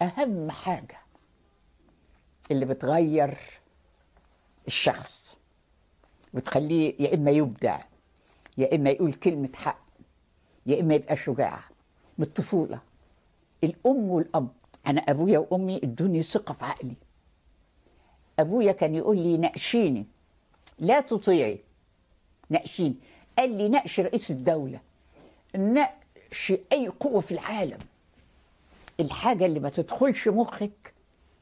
أهم حاجة اللي بتغير الشخص وتخليه يا إما يبدع، يا إما يقول كلمة حق، يا إما يبقى شجاع، من الطفولة. الأم والأب. أنا أبويا وأمي ادوني ثقة في عقلي. أبويا كان يقول لي ناقشيني لا تطيعي، ناقشيني. قال لي ناقش رئيس الدولة، ناقش أي قوة في العالم، الحاجة اللي ما تدخلش مخك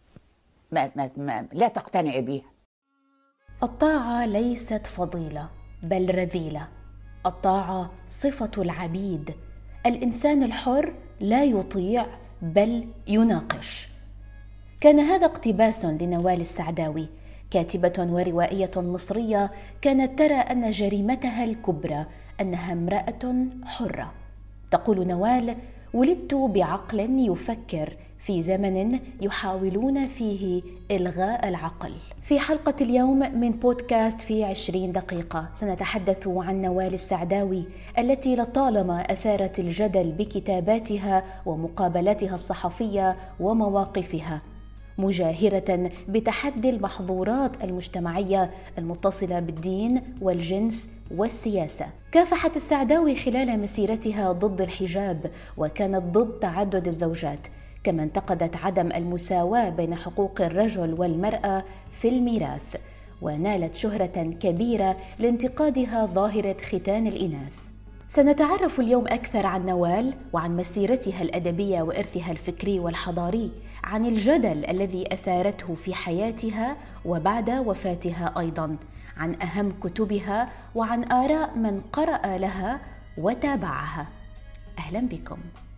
لا تقتنعي بيها. الطاعة ليست فضيلة بل رذيلة. الطاعة صفة العبيد. الإنسان الحر لا يطيع بل يناقش. كان هذا اقتباس لنوال السعداوي، كاتبة وروائية مصرية كانت ترى أن جريمتها الكبرى أنها امرأة حرة. تقول نوال: ولدت بعقل يفكر في زمن يحاولون فيه إلغاء العقل. في حلقة اليوم من بودكاست في 20 دقيقة سنتحدث عن نوال السعداوي التي لطالما أثارت الجدل بكتاباتها ومقابلاتها الصحفية ومواقفها، مجاهرة بتحدي المحظورات المجتمعية المتصلة بالدين والجنس والسياسة. كافحت السعداوي خلال مسيرتها ضد الحجاب، وكانت ضد تعدد الزوجات، كما انتقدت عدم المساواة بين حقوق الرجل والمرأة في الميراث، ونالت شهرة كبيرة لانتقادها ظاهرة ختان الإناث. سنتعرف اليوم أكثر عن نوال وعن مسيرتها الأدبية وإرثها الفكري والحضاري، عن الجدل الذي أثارته في حياتها وبعد وفاتها أيضاً، عن أهم كتبها وعن آراء من قرأ لها وتابعها. أهلاً بكم.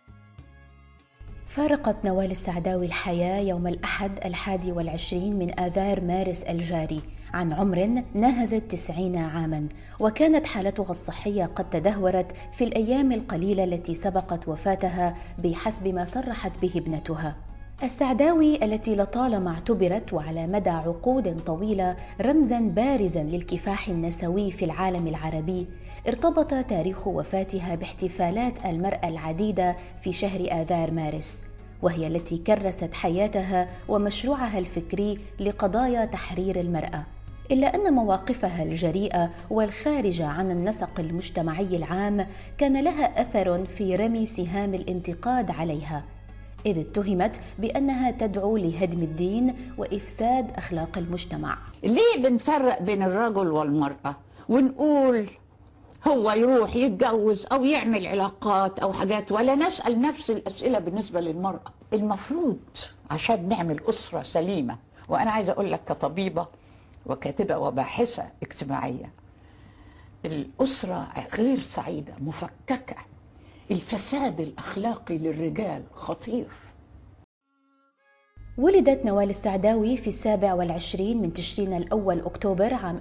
فارقت نوال السعداوي الحياة يوم الأحد 21 من آذار مارس الجاري عن عمر ناهز 90 عاماً، وكانت حالتها الصحية قد تدهورت في الأيام القليلة التي سبقت وفاتها بحسب ما صرحت به ابنتها. السعداوي التي لطالما اعتبرت وعلى مدى عقود طويلة رمزاً بارزاً للكفاح النسوي في العالم العربي، ارتبط تاريخ وفاتها باحتفالات المرأة العديدة في شهر آذار مارس، وهي التي كرست حياتها ومشروعها الفكري لقضايا تحرير المرأة. إلا أن مواقفها الجريئة والخارجة عن النسق المجتمعي العام كان لها أثر في رمي سهام الانتقاد عليها، إذ اتهمت بأنها تدعو لهدم الدين وإفساد أخلاق المجتمع. ليه بنفرق بين الرجل والمرأة ونقول هو يروح يتجوز أو يعمل علاقات أو حاجات، ولا نسأل نفس الأسئلة بالنسبة للمرأة؟ المفروض عشان نعمل أسرة سليمة. وأنا عايزة أقول لك كطبيبة وكاتبة وباحثة اجتماعية، الأسرة غير سعيدة مفككة، الفساد الأخلاقي للرجال خطير. ولدت نوال السعداوي في 27 من تشرين الأول أكتوبر عام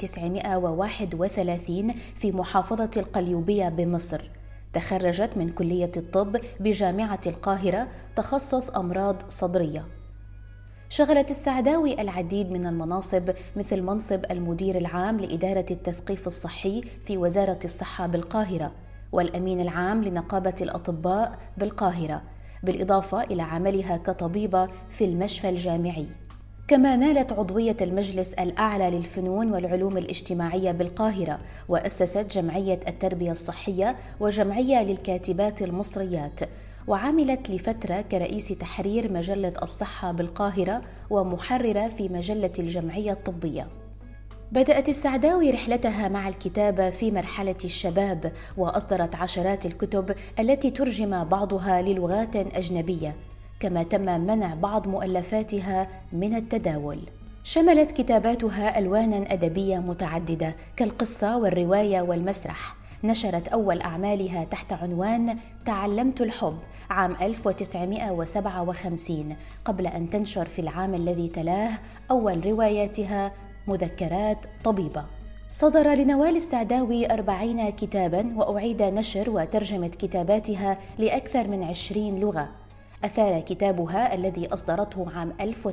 1931 في محافظة القليوبية بمصر. تخرجت من كلية الطب بجامعة القاهرة تخصص أمراض صدرية. شغلت السعداوي العديد من المناصب، مثل منصب المدير العام لإدارة التثقيف الصحي في وزارة الصحة بالقاهرة، والأمين العام لنقابة الأطباء بالقاهرة، بالإضافة إلى عملها كطبيبة في المشفى الجامعي. كما نالت عضوية المجلس الأعلى للفنون والعلوم الاجتماعية بالقاهرة، وأسست جمعية التربية الصحية وجمعية للكاتبات المصريات، وعملت لفترة كرئيس تحرير مجلة الصحة بالقاهرة ومحررة في مجلة الجمعية الطبية. بدأت السعداوي رحلتها مع الكتابة في مرحلة الشباب، وأصدرت عشرات الكتب التي ترجم بعضها للغات أجنبية، كما تم منع بعض مؤلفاتها من التداول. شملت كتاباتها ألوانا أدبية متعددة كالقصة والرواية والمسرح. نشرت أول أعمالها تحت عنوان تعلمت الحب عام 1957، قبل أن تنشر في العام الذي تلاه أول رواياتها مذكرات طبيبة. صدر لنوال السعداوي 40 كتاباً، وأعيد نشر وترجمة كتاباتها لأكثر من 20 لغة. أثار كتابها الذي أصدرته عام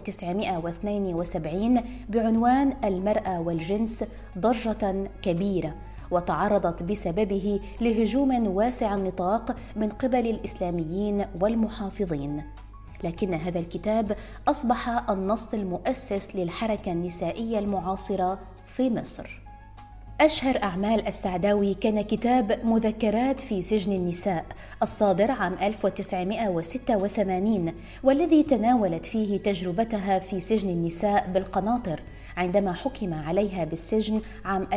1972 بعنوان المرأة والجنس ضجة كبيرة، وتعرضت بسببه لهجوم واسع النطاق من قبل الإسلاميين والمحافظين، لكن هذا الكتاب أصبح النص المؤسس للحركة النسائية المعاصرة في مصر. أشهر أعمال السعداوي كان كتاب مذكرات في سجن النساء الصادر عام 1986، والذي تناولت فيه تجربتها في سجن النساء بالقناطر عندما حكم عليها بالسجن عام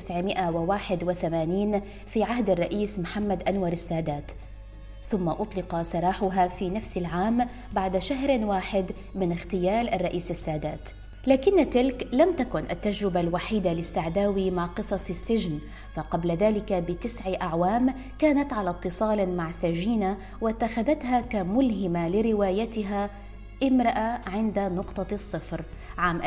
1981 في عهد الرئيس محمد أنور السادات، ثم أطلق سراحها في نفس العام بعد شهر واحد من اغتيال الرئيس السادات. لكن تلك لم تكن التجربة الوحيدة للسعداوي مع قصص السجن، فقبل ذلك ب9 أعوام كانت على اتصال مع سجينة واتخذتها كملهمة لروايتها امرأة عند نقطة الصفر عام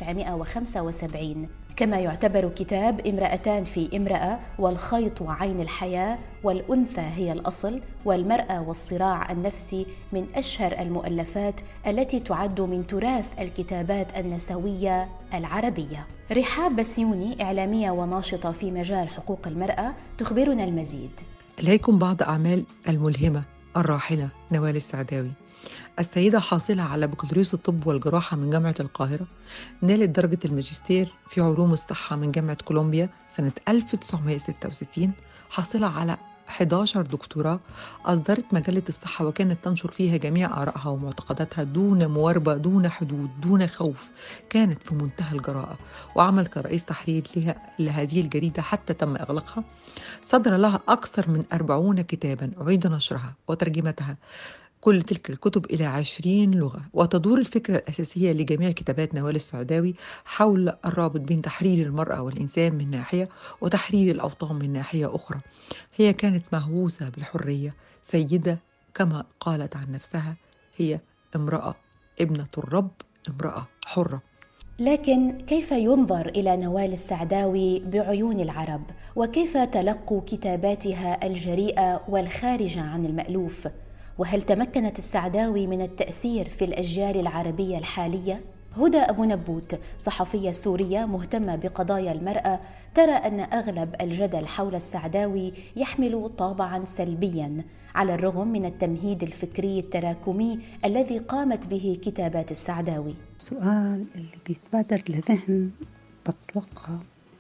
1975. كما يعتبر كتاب امرأتان في امرأة والخيط وعين الحياة والأنثى هي الأصل والمرأة والصراع النفسي من أشهر المؤلفات التي تعد من تراث الكتابات النسوية العربية. رحاب بسيوني إعلامية وناشطة في مجال حقوق المرأة تخبرنا المزيد. إليكم بعض أعمال الملهمة الراحلة نوال السعداوي. السيدة حاصلة على بكالوريوس الطب والجراحة من جامعة القاهرة، نالت درجة الماجستير في علوم الصحة من جامعة كولومبيا سنة 1966، حاصلة على 11 دكتوراه، أصدرت مجلة الصحة وكانت تنشر فيها جميع آرائها ومعتقداتها دون مواربة، دون حدود، دون خوف. كانت في منتهى الجراءة، وعمل كرئيس تحرير لهذه الجريدة حتى تم إغلاقها. صدر لها أكثر من 40 كتاباً أعيد نشرها وترجمتها كل تلك الكتب إلى 20 لغة. وتدور الفكرة الأساسية لجميع كتابات نوال السعداوي حول الرابط بين تحرير المرأة والإنسان من ناحية وتحرير الأوطان من ناحية أخرى. هي كانت مهووسة بالحرية، سيدة كما قالت عن نفسها، هي امرأة ابنة الرب، امرأة حرة. لكن كيف ينظر إلى نوال السعداوي بعيون العرب؟ وكيف تلقوا كتاباتها الجريئة والخارجة عن المألوف؟ وهل تمكنت السعداوي من التأثير في الأجيال العربية الحالية؟ هدى أبو نبوت صحفية سورية مهتمة بقضايا المرأة ترى أن أغلب الجدل حول السعداوي يحمل طابعاً سلبياً على الرغم من التمهيد الفكري التراكمي الذي قامت به كتابات السعداوي. السؤال اللي بيتبادر لذهن بتوقع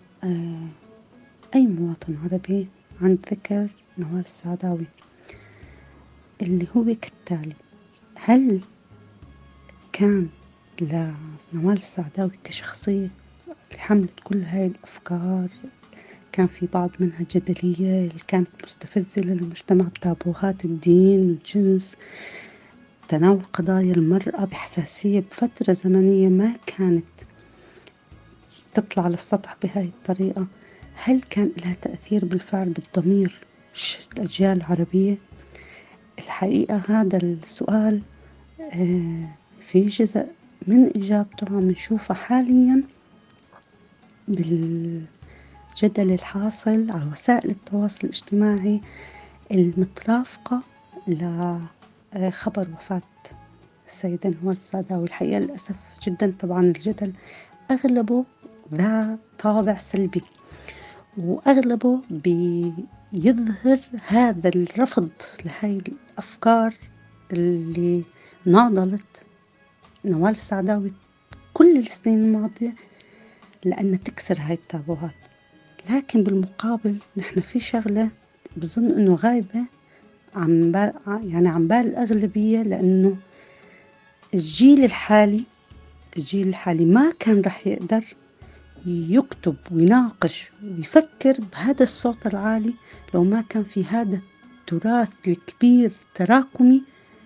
أي مواطن عربي عند ذكر نوال السعداوي اللي هو كالتالي: هل كان لنوال السعداوي كشخصية اللي حملت كل هاي الأفكار كان في بعض منها جدلية اللي كانت مستفزة للمجتمع بتابوهات الدين والجنس، تناول قضايا المرأة بحساسية بفترة زمنية ما كانت تطلع على السطح بهاي الطريقة؟ هل كان لها تأثير بالفعل بالضمير الأجيال العربية؟ الحقيقة هذا السؤال في جزء من إجابته عم نشوفه حاليا بالجدل الحاصل على وسائل التواصل الاجتماعي المترافقة لخبر وفاة السيدة نوال السعداوي. الحقيقة للأسف جدا طبعا الجدل أغلبه ذا طابع سلبي، وأغلبه بيظهر هذا الرفض لهاي الأفكار اللي ناضلت نوال السعداوي كل السنين الماضية لأن تكسر هاي التابوهات. لكن بالمقابل نحن في شغلة بظن أنه غايبة عن بال الأغلبية، لأنه الجيل الحالي ما كان رح يقدر يكتب ويناقش ويفكر بهذا الصوت العالي لو ما كان في هذا التراث الكبير تراكمي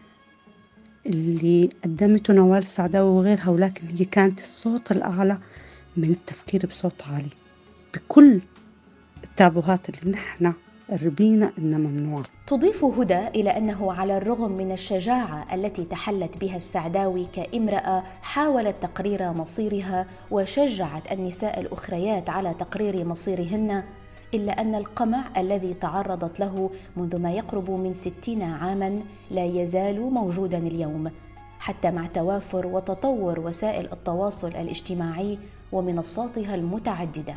اللي قدمته نوال السعداوي وغيرها، ولكن هي كانت الصوت الأعلى من التفكير بصوت عالي بكل التابوهات اللي نحن ربينا إنها ممنوع. تضيف هدى إلى أنه على الرغم من الشجاعة التي تحلت بها السعداوي كامرأة حاولت تقرير مصيرها وشجعت النساء الأخريات على تقرير مصيرهن، إلا أن القمع الذي تعرضت له منذ ما يقرب من 60 عاماً لا يزال موجوداً اليوم، حتى مع توافر وتطور وسائل التواصل الاجتماعي ومنصاتها المتعددة.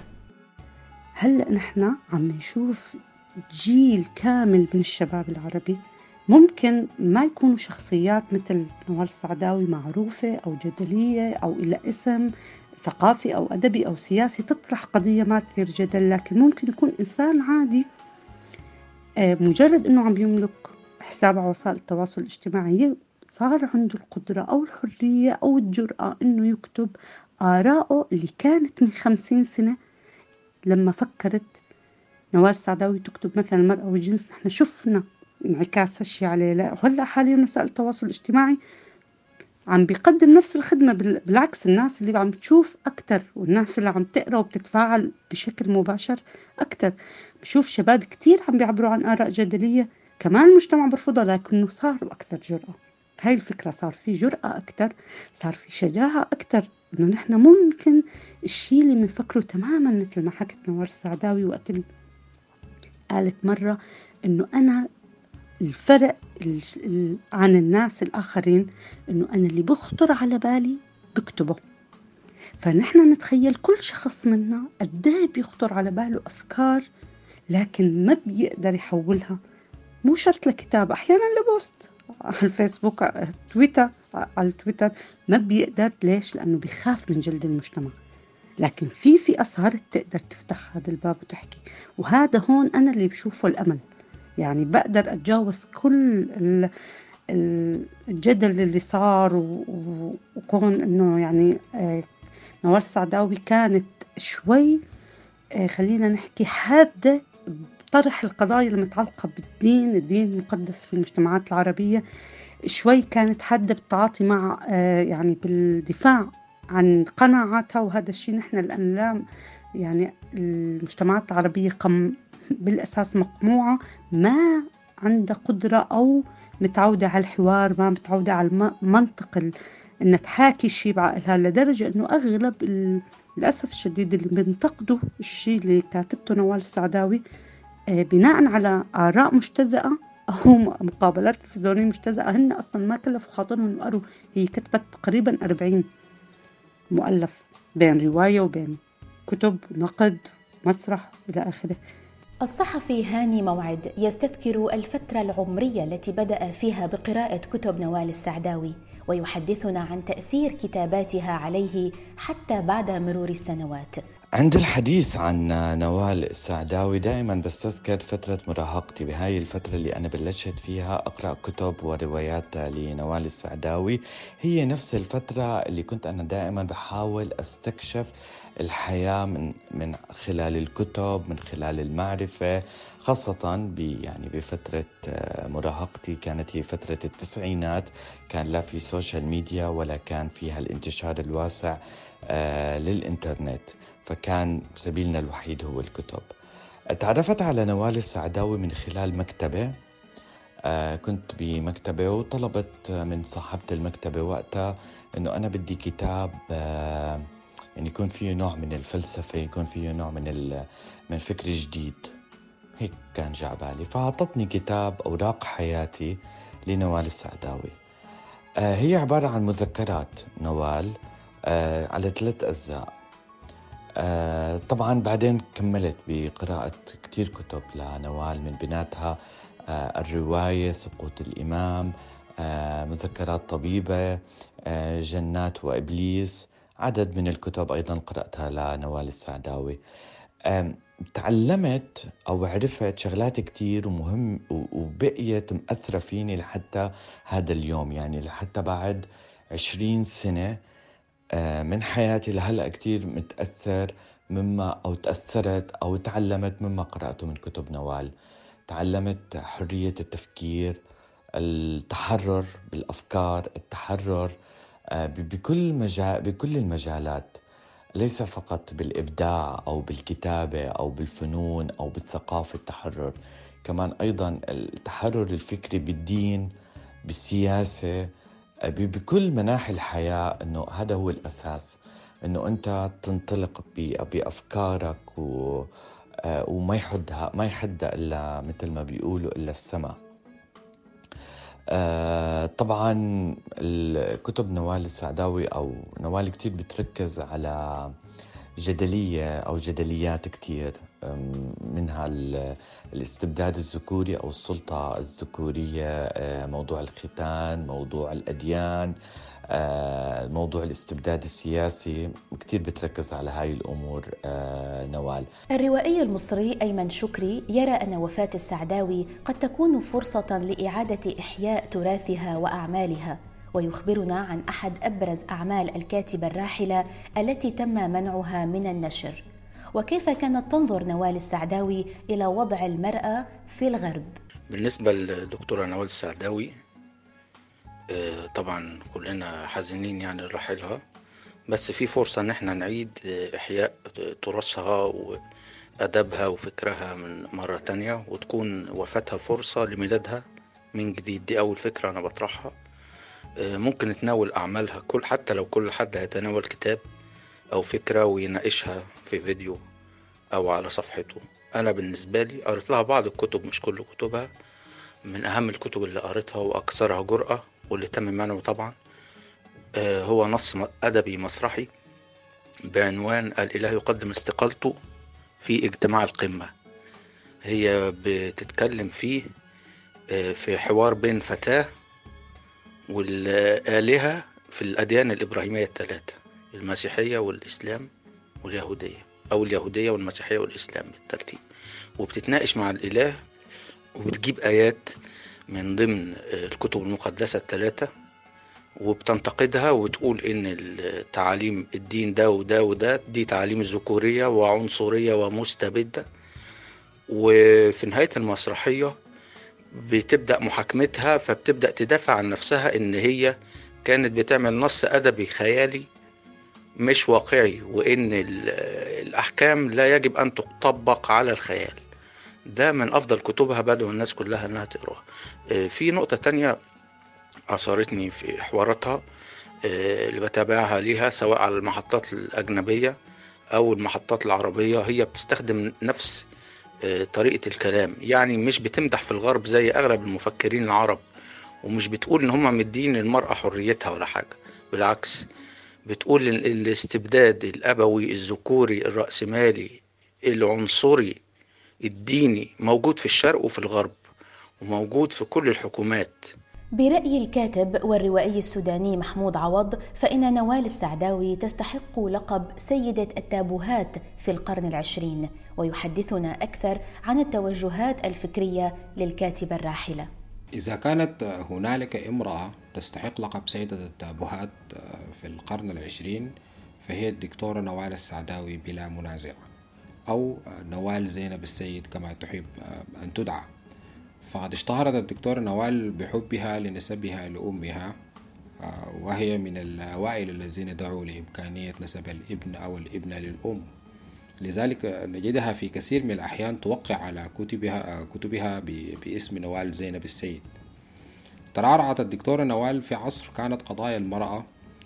هلأ نحن عم نشوف جيل كامل من الشباب العربي ممكن ما يكونوا شخصيات مثل نوال السعداوي معروفة أو جدلية أو إلى اسم ثقافي أو أدبي أو سياسي تطرح قضية ما تثير جدل، لكن ممكن يكون إنسان عادي مجرد أنه عم بيملك حساب على وسائل التواصل الاجتماعي صار عنده القدرة أو الحرية أو الجرأة أنه يكتب آراءه اللي كانت من 50 سنة. لما فكرت نوال السعداوي تكتب مثلا المرأة والجنس، نحن شفنا انعكاس هالشي عليه. لا هلا حاليا وسائل التواصل الاجتماعي عم بيقدم نفس الخدمة، بالعكس الناس اللي عم تشوف أكتر والناس اللي عم تقرأ وبتتفاعل بشكل مباشر أكتر. بشوف شباب كتير عم بيعبروا عن آراء جدلية كمان المجتمع برفضها، لكنه صاروا أكتر جرأة. هاي الفكرة، صار في جرأة أكتر، صار في شجاعة أكتر، إنه نحن ممكن الشيء اللي بنفكره تماما مثل ما حكت نوال السعداوي وقت قالت مرة إنه أنا الفرق عن الناس الآخرين إنه أنا اللي بخطر على بالي بكتبه. فنحن نتخيل كل شخص منا قديه بيخطر على باله أفكار، لكن ما بيقدر يحولها، مو شرط لكتاب، أحيانا لبوست على الفيسبوك، على التويتر ما بيقدر. ليش؟ لأنه بيخاف من جلد المجتمع. لكن في أسهار تقدر تفتح هذا الباب وتحكي، وهذا هون أنا اللي بشوفه الأمل. يعني بقدر أتجاوز كل الجدل اللي صار وكون إنه يعني نوال السعداوي كانت شوي خلينا نحكي حادة بطرح القضايا المتعلقة بالدين، الدين المقدس في المجتمعات العربية، شوي كانت حادة بالتعاطي مع يعني بالدفاع عن قناعاتها. وهذا الشيء نحن الآن لا، يعني المجتمعات العربية بالأساس مقموعة، ما عندها قدرة أو متعودة على الحوار، ما متعودة على المنطق إن تحاكي الشيء بعقلها، لدرجة إنه أغلب للأسف الشديد اللي بينتقدوا الشيء اللي كاتبته نوال السعداوي بناء على آراء مجتزئة أو مقابلات تلفزيونية مجتزئة، هن أصلا ما كلفوا خاطرهم إنه قروا. هي كتبت تقريبا 40 مؤلف بين رواية وبين كتب نقد مسرح إلى آخره. الصحفي هاني موعد يستذكر الفترة العمرية التي بدأ فيها بقراءة كتب نوال السعداوي، ويحدثنا عن تأثير كتاباتها عليه حتى بعد مرور السنوات. عند الحديث عن نوال السعداوي دائما بستذكر فترة مراهقتي. بهاي الفترة اللي أنا بلشت فيها أقرأ كتب وروايات لنوال السعداوي، هي نفس الفترة اللي كنت أنا دائما بحاول أستكشف الحياة من خلال الكتب، من خلال المعرفة، خاصة يعني بفترة مراهقتي. كانت هي فترة التسعينات، كان لا في سوشيال ميديا ولا كان فيها الانتشار الواسع للإنترنت، فكان سبيلنا الوحيد هو الكتب. تعرفت على نوال السعداوي من خلال مكتبة. كنت بمكتبة وطلبت من صاحبة المكتبة وقتها أنه أنا بدي كتاب يعني يكون فيه نوع من الفلسفة، يكون فيه نوع من فكر جديد. هيك كان جاء بالي، فأعطتني كتاب أوراق حياتي لنوال السعداوي. هي عبارة عن مذكرات نوال على 3 أجزاء. طبعا بعدين كملت بقراءة كتير كتب لنوال، من بيناتها الرواية سقوط الإمام، مذكرات طبيبة، جنات وإبليس، عدد من الكتب أيضا قرأتها لنوال السعداوي. تعلمت أو عرفت شغلات كتير ومهم وبقيت مأثرة فيني لحتى هذا اليوم، يعني لحتى بعد 20 سنة من حياتي لهلأ كتير متأثر مما أو تأثرت أو تعلمت مما قرأته من كتب نوال. تعلمت حرية التفكير، التحرر بالأفكار، التحرر بكل المجالات، ليس فقط بالإبداع أو بالكتابة أو بالفنون أو بالثقافة. التحرر كمان أيضا التحرر الفكري بالدين، بالسياسة، بكل مناحي الحياة. إنه هذا هو الأساس، إنه أنت تنطلق بأفكارك وما يحدها إلا مثل ما بيقولوا إلا السماء. طبعا الكتب نوال السعداوي أو نوال كتير بتركز على جدلية أو جدليات كتير، منها الاستبداد الذكوري أو السلطة الذكورية، موضوع الختان، موضوع الأديان، موضوع الاستبداد السياسي، كتير بتركز على هاي الأمور نوال. الروائي المصري أيمن شكري يرى أن وفاة السعداوي قد تكون فرصة لإعادة إحياء تراثها وأعمالها، ويخبرنا عن أحد أبرز أعمال الكاتبة الراحلة التي تم منعها من النشر، وكيف كانت تنظر نوال السعداوي إلى وضع المرأة في الغرب. بالنسبة للدكتورة نوال السعداوي، طبعا كلنا حزينين يعني لرحيلها، بس في فرصة ان احنا نعيد احياء تراثها وادبها وفكرها من مرة تانية، وتكون وفاتها فرصة لميلادها من جديد. دي اول فكرة انا بطرحها. ممكن نتناول اعمالها، حتى لو كل حد هيتناول كتاب او فكرة ويناقشها في فيديو او على صفحته. انا بالنسبة لي قريت لها بعض الكتب، مش كل كتبها. من اهم الكتب اللي قريتها واكثرها جرأة واللي تم منعه طبعا هو نص أدبي مسرحي بعنوان الإله يقدم استقالته في اجتماع القمة. هي بتتكلم فيه في حوار بين فتاة والآلهة في الأديان الإبراهيمية الثلاثة، المسيحية والإسلام واليهودية، أو اليهودية والمسيحية والإسلام بالترتيب، وبتتناقش مع الإله وبتجيب آيات من ضمن الكتب المقدسة الثلاثة وبتنتقدها وتقول إن تعاليم الدين ده وده وده دي تعاليم ذكورية وعنصرية ومستبدة. وفي نهاية المسرحية بتبدأ محاكمتها، فبتبدأ تدافع عن نفسها إن هي كانت بتعمل نص أدبي خيالي مش واقعي، وإن الأحكام لا يجب أن تطبق على الخيال. ده من أفضل كتبها، بدأوا الناس كلها أنها تقراها. في نقطة تانية أثارتني في حواراتها اللي بتابعها ليها سواء على المحطات الأجنبية أو المحطات العربية، هي بتستخدم نفس طريقة الكلام، يعني مش بتمدح في الغرب زي أغلب المفكرين العرب، ومش بتقول إن هم مدين للمرأة حريتها ولا حاجة. بالعكس، بتقول الاستبداد الأبوي الذكوري الرأسمالي العنصري الديني موجود في الشرق وفي الغرب، وموجود في كل الحكومات. برأي الكاتب والروائي السوداني محمود عوض، فإن نوال السعداوي تستحق لقب سيدة التابوهات في القرن العشرين، ويحدثنا أكثر عن التوجهات الفكرية للكاتبة الراحلة. إذا كانت هنالك امرأة تستحق لقب سيدة التابوهات في القرن العشرين فهي الدكتورة نوال السعداوي بلا منازع، أو نوال زينب السيد كما تحب أن تدعى. فقد اشتهرت الدكتورة نوال بحبها لنسبها لأمها، وهي من الأوائل الذين دعوا لإمكانية نسب الابن أو الابنة للأم. لذلك نجدها في كثير من الأحيان توقع على كتبها باسم نوال زينب السيد. ترعرعت الدكتورة نوال في عصر كانت قضايا المرأة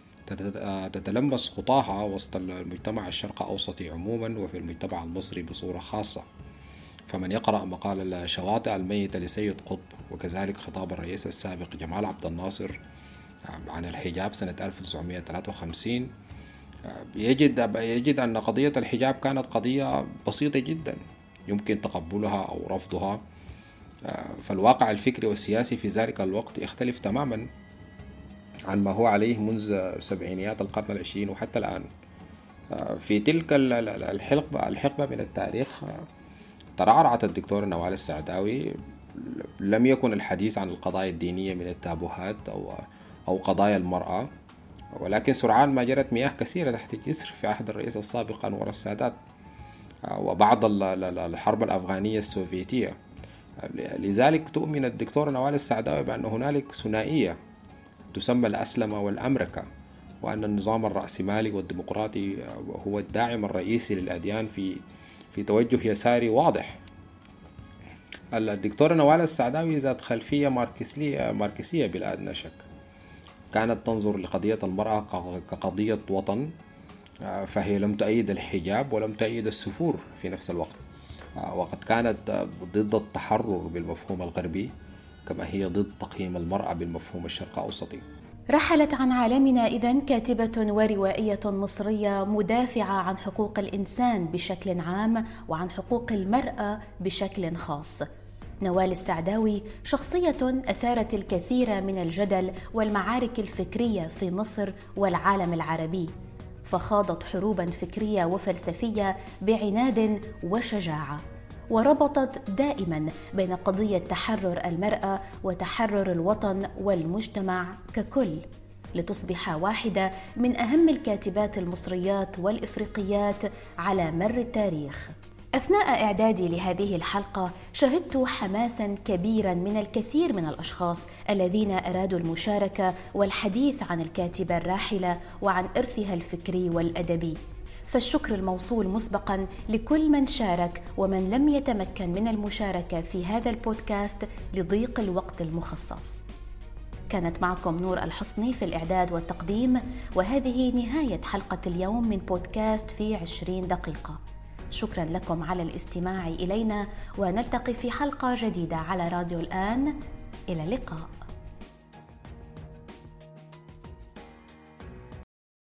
تتلمس خطاها وسط المجتمع الشرق أوسطي عموما وفي المجتمع المصري بصورة خاصة. فمن يقرأ مقال الشواطئ الميتة لسيد قطب، وكذلك خطاب الرئيس السابق جمال عبد الناصر عن الحجاب سنة 1953، يجد أن قضية الحجاب كانت قضية بسيطة جدا يمكن تقبلها أو رفضها. فالواقع الفكري والسياسي في ذلك الوقت يختلف تماما عن ما هو عليه منذ سبعينيات القرن العشرين وحتى الآن. في تلك الحقبة من التاريخ ترعرعت الدكتورة نوال السعداوي. لم يكن الحديث عن القضايا الدينية من التابوهات أو قضايا المرأة، ولكن سرعان ما جرت مياه كثيرة تحت الجسر في عهد الرئيس السابق أنور السادات وبعد الحرب الأفغانية السوفيتية. لذلك تؤمن الدكتورة نوال السعداوي بأن هنالك ثنائية تسمى الأسلمة والأمريكا، وأن النظام الرأسمالي والديمقراطي هو الداعم الرئيسي للأديان في توجه يساري واضح. الدكتورة نوال السعداوي ذات خلفية ماركسية بلا أدنى شك. كانت تنظر لقضية المرأة كقضية وطن، فهي لم تؤيد الحجاب ولم تؤيد السفور في نفس الوقت، وقد كانت ضد التحرر بالمفهوم الغربي كما هي ضد تقييم المرأة بالمفهوم الشرق أوسطي. رحلت عن عالمنا إذن كاتبة وروائية مصرية مدافعة عن حقوق الإنسان بشكل عام وعن حقوق المرأة بشكل خاص. نوال السعداوي شخصية أثارت الكثير من الجدل والمعارك الفكرية في مصر والعالم العربي، فخاضت حروبا فكرية وفلسفية بعناد وشجاعة، وربطت دائما بين قضية تحرر المرأة وتحرر الوطن والمجتمع ككل، لتصبح واحدة من أهم الكاتبات المصريات والإفريقيات على مر التاريخ. أثناء إعدادي لهذه الحلقة شهدت حماساً كبيراً من الكثير من الأشخاص الذين أرادوا المشاركة والحديث عن الكاتبة الراحلة وعن إرثها الفكري والأدبي، فالشكر الموصول مسبقاً لكل من شارك ومن لم يتمكن من المشاركة في هذا البودكاست لضيق الوقت المخصص. كانت معكم نور الحصني في الإعداد والتقديم، وهذه نهاية حلقة اليوم من بودكاست في 20 دقيقة. شكرا لكم على الاستماع إلينا، ونلتقي في حلقة جديدة على راديو الآن. إلى اللقاء.